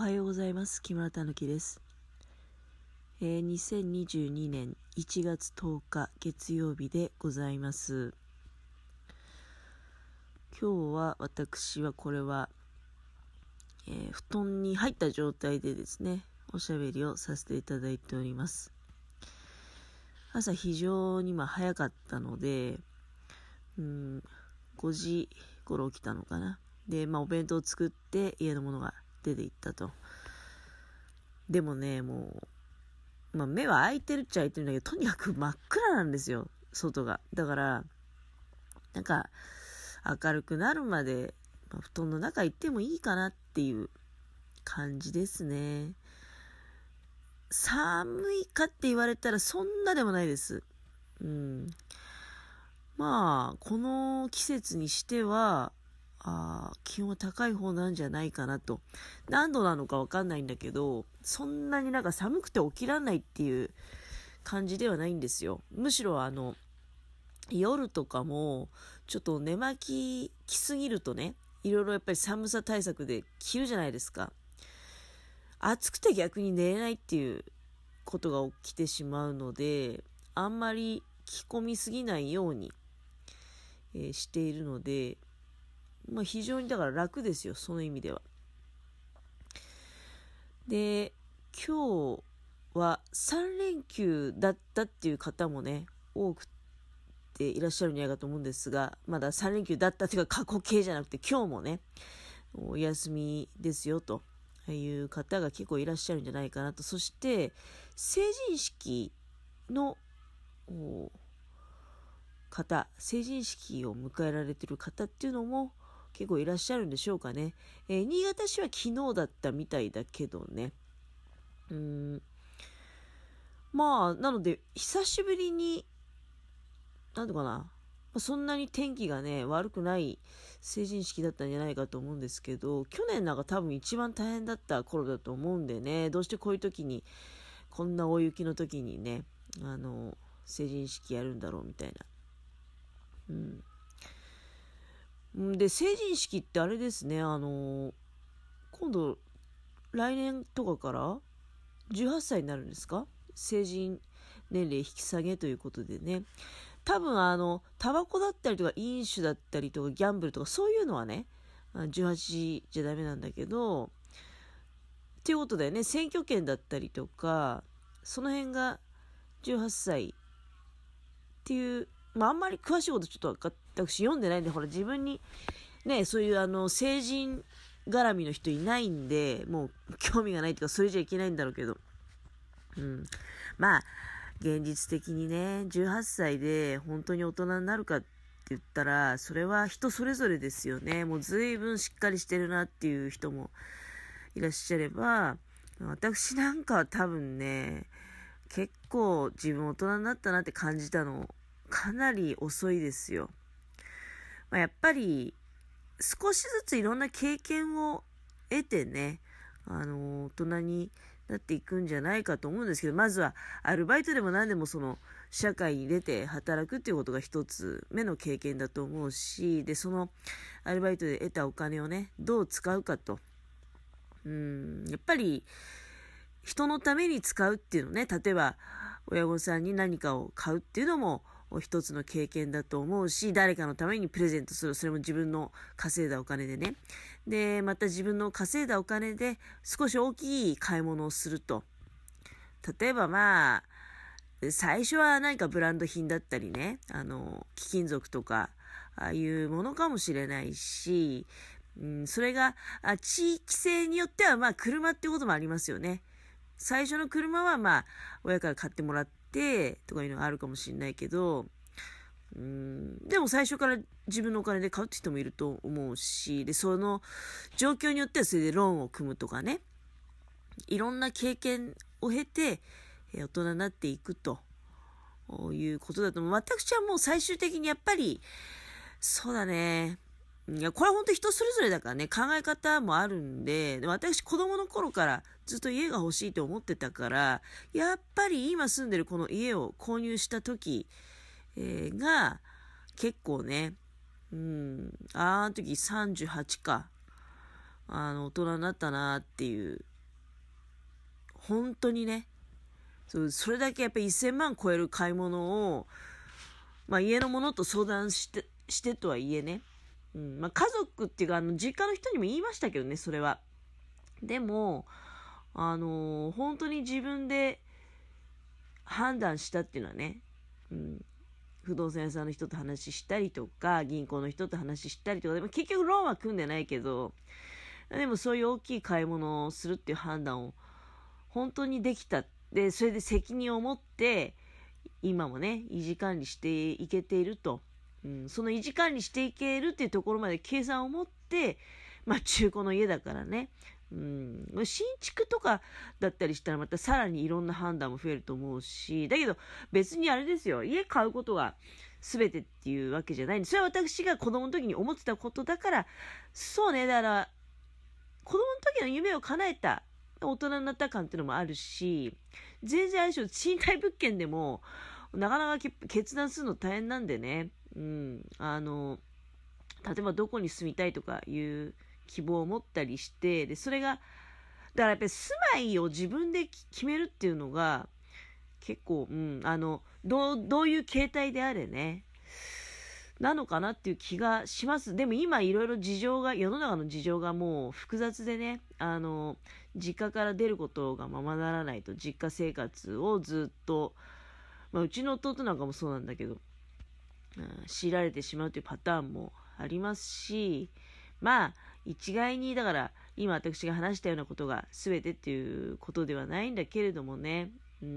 はようございます。木村たぬきです。2022年1月10日月曜日でございます。今日は私はこれは、布団に入った状態でですね、おしゃべりをさせていただいております。朝非常に早かったので、5時頃起きたのかな。で、お弁当を作って家のものが出て行ったと。でもね、もう、目は開いてるっちゃ開いてるんだけど、とにかく真っ暗なんですよ、外が。だから、明るくなるまで、布団の中行ってもいいかなっていう感じですね。寒いかって言われたらそんなでもないです。この季節にしては、気温は高い方なんじゃないかなと。何度なのかわかんないんだけど、そんなに寒くて起きらんないっていう感じではないんですよ。むしろ夜とかもちょっと寝巻き着すぎるとね、いろいろやっぱり寒さ対策で着るじゃないですか。暑くて逆に寝れないっていうことが起きてしまうので、あんまり着込みすぎないように、しているので、非常にだから楽ですよ、その意味では。で、今日は3連休だったっていう方もね、多くていらっしゃるんじゃないかと思うんですが、まだ3連休だったっていうか過去形じゃなくて今日もね、お休みですよという方が結構いらっしゃるんじゃないかなと。そして成人式の方、成人式を迎えられている方っていうのも結構いらっしゃるんでしょうかね。新潟市は昨日だったみたいだけどね。なので久しぶりにそんなに天気がね悪くない成人式だったんじゃないかと思うんですけど、去年多分一番大変だった頃だと思うんでね、どうしてこういう時に、こんな大雪の時にね、成人式やるんだろうみたいな。で、成人式ってあれですね、今度来年とかから18歳になるんですか？成人年齢引き下げということでね。多分タバコだったりとか飲酒だったりとかギャンブルとかそういうのはね、18じゃダメなんだけど、っていうことだよね。選挙権だったりとか、その辺が18歳っていう、あんまり詳しいことちょっと私読んでないんで、ほら自分にね、そういう成人絡みの人いないんで、もう興味がないとかそれじゃいけないんだろうけど。現実的にね、18歳で本当に大人になるかって言ったら、それは人それぞれですよね。もう随分しっかりしてるなっていう人もいらっしゃれば、私なんかは多分ね、結構自分大人になったなって感じたの、かなり遅いですよ。やっぱり少しずついろんな経験を得てね、大人になっていくんじゃないかと思うんですけど、まずはアルバイトでも何でも社会に出て働くっていうことが一つ目の経験だと思うし、でそのアルバイトで得たお金をねどう使うかと、やっぱり人のために使うっていうのね、例えば親御さんに何かを買うっていうのも一つの経験だと思うし、誰かのためにプレゼントする、それも自分の稼いだお金でね。でまた自分の稼いだお金で少し大きい買い物をすると、例えば最初は何かブランド品だったりね、貴金属とかああいうものかもしれないし、それが地域性によっては車っていうこともありますよね。最初の車は親から買ってもらってとかいうのがあるかもしれないけど、でも最初から自分のお金で買うって人もいると思うし、でその状況によってはそれでローンを組むとかね、いろんな経験を経て大人になっていくということだと思う。私はもう最終的にやっぱりそうだね、いやこれは本当人それぞれだからね、考え方もあるんで、私子供の頃からずっと家が欲しいと思ってたから、やっぱり今住んでるこの家を購入した時、が結構ね、あの時38か、大人になったなっていう本当にね、それだけやっぱり1000万超える買い物を、家の者と相談してとはいえね、家族っていうか、実家の人にも言いましたけどね、それは。でも、本当に自分で判断したっていうのはね、不動産屋さんの人と話したりとか、銀行の人と話したりとか、でも結局ローンは組んでないけど、でもそういう大きい買い物をするっていう判断を本当にできた。で、それで責任を持って、今もね、維持管理していけていると。その維持管理していけるっていうところまで計算を持って、中古の家だからね。新築とかだったりしたらまたさらにいろんな判断も増えると思うし、だけど別にあれですよ、家買うことが全てっていうわけじゃないんで、それは私が子供の時に思ってたことだから、そうね、だから子供の時の夢を叶えた大人になった感っていうのもあるし、全然あれでしょ、賃貸物件でもなかなか決断するの大変なんでね、例えばどこに住みたいとかいう希望を持ったりして、でそれがだからやっぱり住まいを自分で決めるっていうのが結構、どういう形態であれねなのかなっていう気がします。でも今いろいろ世の中の事情がもう複雑でね、実家から出ることがままならないと、実家生活をずっと、うちの弟なんかもそうなんだけど、強いられてしまうというパターンもありますし、一概にだから今私が話したようなことが全てっていうことではないんだけれどもね、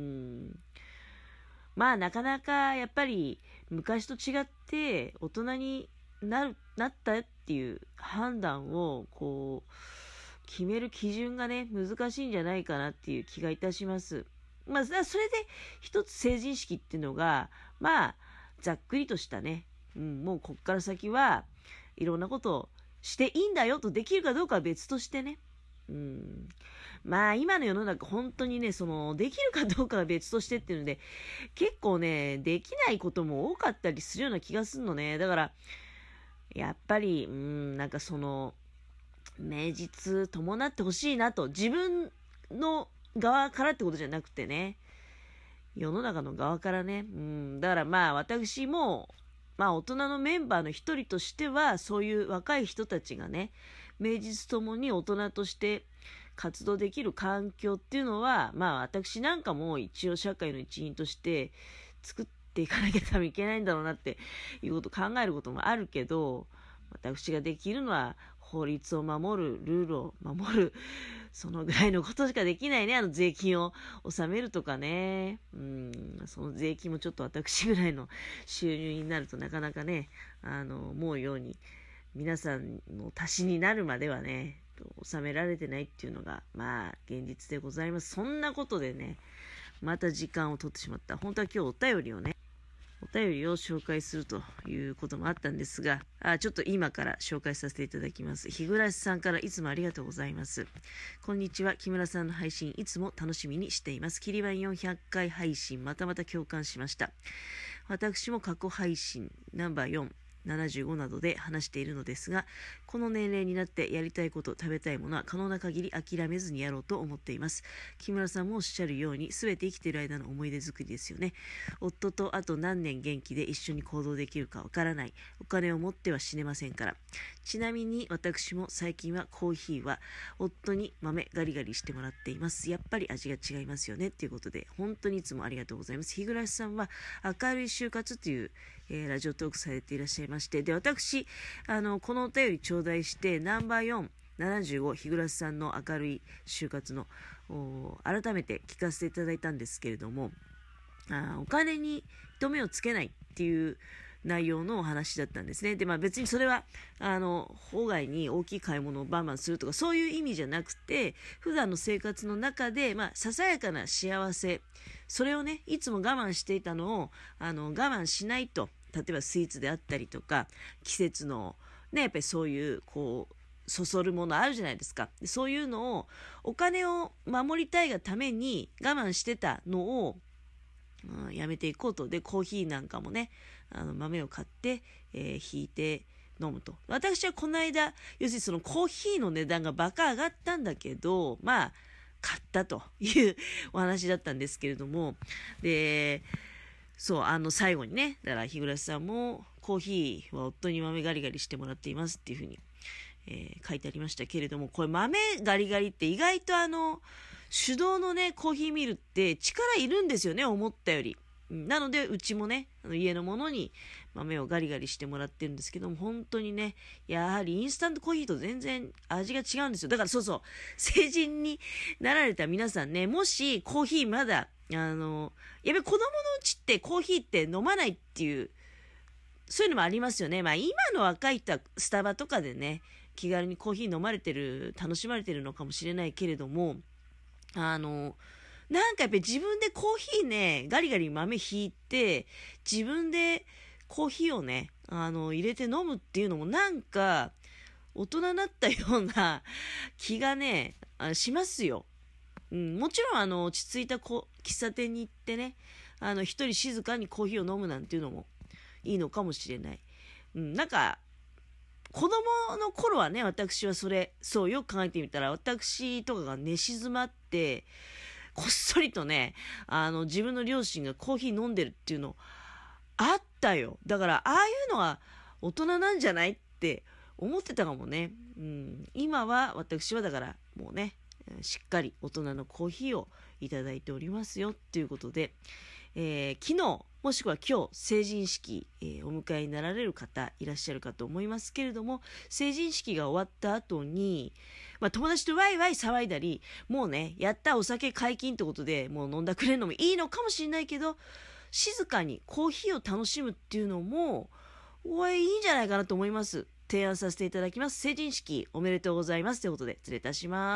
なかなかやっぱり昔と違って大人になったっていう判断をこう決める基準がね難しいんじゃないかなっていう気がいたします。それで一つ成人式っていうのがざっくりとしたね、もうこっから先はいろんなことをしていいんだよと、できるかどうかは別としてね、今の世の中本当にね、できるかどうかは別としてっていうので結構ねできないことも多かったりするような気がするのね。だからやっぱり名実伴ってほしいなと、自分の側からってことじゃなくてね、世の中の側からね、だから私も大人のメンバーの一人としてはそういう若い人たちがね名実ともに大人として活動できる環境っていうのは私なんかも一応社会の一員として作っていかなきゃ多分いけないんだろうなっていうことを考えることもあるけど、私ができるのは法律を守る、ルールを守る、そのぐらいのことしかできないね。税金を納めるとかね、その税金もちょっと私ぐらいの収入になるとなかなかね、思うように皆さんの足しになるまではね納められてないっていうのが現実でございます。そんなことでねまた時間を取ってしまった。本当は今日お便りを紹介するということもあったんですが、ちょっと今から紹介させていただきます。日暮さんからいつもありがとうございます。こんにちは。木村さんの配信いつも楽しみにしています。キリバン400回配信またまた共感しました。私も過去配信ナンバー4、75などで話しているのですが、この年齢になってやりたいこと、食べたいものは可能な限り諦めずにやろうと思っています。木村さんもおっしゃるように、全て生きている間の思い出作りですよね。夫とあと何年元気で一緒に行動できるかわからない。お金を持っては死ねませんから。ちなみに私も最近はコーヒーは夫に豆ガリガリしてもらっています。やっぱり味が違いますよねっていうことで、本当にいつもありがとうございます。日暮さんは明るい就活というラジオトークされていらっしゃいまして、で私このお便り頂戴してナンバー475日暮さんの明るい就活の改めて聞かせていただいたんですけれども、お金に人目をつけないっていう内容のお話だったんですね。で別にそれは法外に大きい買い物をバンバンするとかそういう意味じゃなくて、普段の生活の中でささやかな幸せ、それをねいつも我慢していたのを我慢しないと、例えばスイーツであったりとか季節のねやっぱりそういうそそるものあるじゃないですか。そういうのをお金を守りたいがために我慢してたのを、やめていこうと。でコーヒーなんかもね豆を買って、ひいて飲むと。私はこの間要するにそのコーヒーの値段がバカ上がったんだけど、買買ったというお話だったんですけれども、で、そう、最後にね、だから日暮さんもコーヒーは夫に豆ガリガリしてもらっていますっていうふうに、書いてありましたけれども、これ豆ガリガリって意外と手動のね、コーヒーミルって力いるんですよね、思ったより。なので、うちもね、家のものに豆をガリガリしてもらってるんですけども、本当にね、やはりインスタントコーヒーと全然味が違うんですよ。だからそうそう、成人になられた皆さんね、もしコーヒーまだ、やべ、子供のうちってコーヒーって飲まないっていう、そういうのもありますよね。まあ今の若い人はスタバとかでね、気軽にコーヒー飲まれてる、楽しまれてるのかもしれないけれども、なんかやっぱり自分でコーヒーね、ガリガリ豆ひいて、自分でコーヒーをね、入れて飲むっていうのもなんか、大人になったような気がね、しますよ。もちろん落ち着いた喫茶店に行ってね、一人静かにコーヒーを飲むなんていうのもいいのかもしれない。なんか、子供の頃はね、私はそうよく考えてみたら、私とかが寝静まって、こっそりとね、自分の両親がコーヒー飲んでるっていうのあったよ。だから、ああいうのは大人なんじゃないって思ってたかもね。今は私はだからもうね、しっかり大人のコーヒーをいただいておりますよっていうことで、昨日もしくは今日成人式、お迎えになられる方いらっしゃるかと思いますけれども、成人式が終わった後に、友達とワイワイ騒いだり、もうね、やったお酒解禁ってことでもう飲んだくれるのもいいのかもしれないけど、静かにコーヒーを楽しむっていうのもいいんじゃないかなと思います。提案させていただきます。成人式おめでとうございますということで失礼いたします。